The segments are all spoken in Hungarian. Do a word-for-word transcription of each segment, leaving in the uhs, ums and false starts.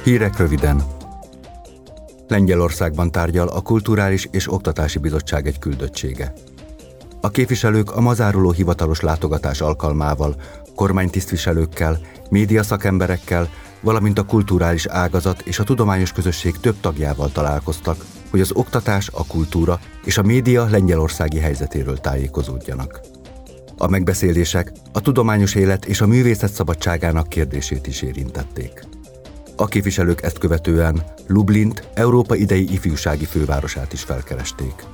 Hírek röviden. Lengyelországban tárgyal a Kulturális és Oktatási Bizottság egy küldöttsége. A képviselők a ma záruló hivatalos látogatás alkalmával kormánytisztviselőkkel, médiaszakemberekkel, valamint a kulturális ágazat és a tudományos közösség több tagjával találkoztak, hogy az oktatás, a kultúra és a média lengyelországi helyzetéről tájékozódjanak. A megbeszélések a tudományos élet és a művészet szabadságának kérdését is érintették. A képviselők ezt követően Lublint, Európa idei ifjúsági fővárosát is felkeresték.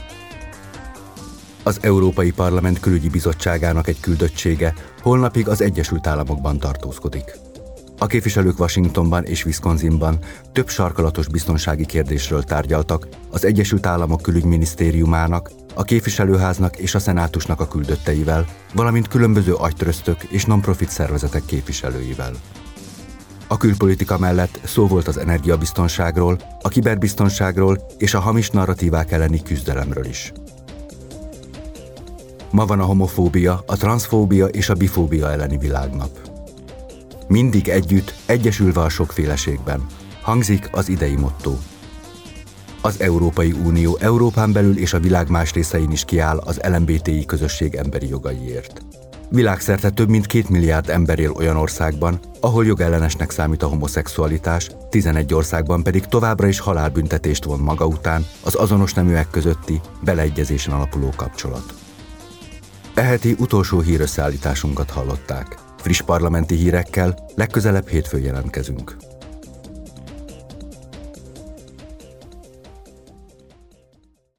Az Európai Parlament Külügyi Bizottságának egy küldöttsége holnapig az Egyesült Államokban tartózkodik. A képviselők Washingtonban és Wisconsinban több sarkalatos biztonsági kérdésről tárgyaltak az Egyesült Államok Külügyminisztériumának, a képviselőháznak és a szenátusnak a küldötteivel, valamint különböző agytröztök és non-profit szervezetek képviselőivel. A külpolitika mellett szó volt az energiabiztonságról, a kiberbiztonságról és a hamis narratívák elleni küzdelemről is. Ma van a homofóbia, a transzfóbia és a bifóbia elleni világnap. Mindig együtt, egyesülve a sokféleségben, hangzik az idei motto. Az Európai Unió Európán belül és a világ más részein is kiáll az el em bé té i közösség emberi jogaiért. Világszerte több mint két milliárd ember él olyan országban, ahol jogellenesnek számít a homoszexualitás, tizenegy országban pedig továbbra is halálbüntetést von maga után az azonos neműek közötti beleegyezésen alapuló kapcsolat. E heti utolsó hírösszeállításunkat hallották. Friss parlamenti hírekkel legközelebb hétfőn jelentkezünk.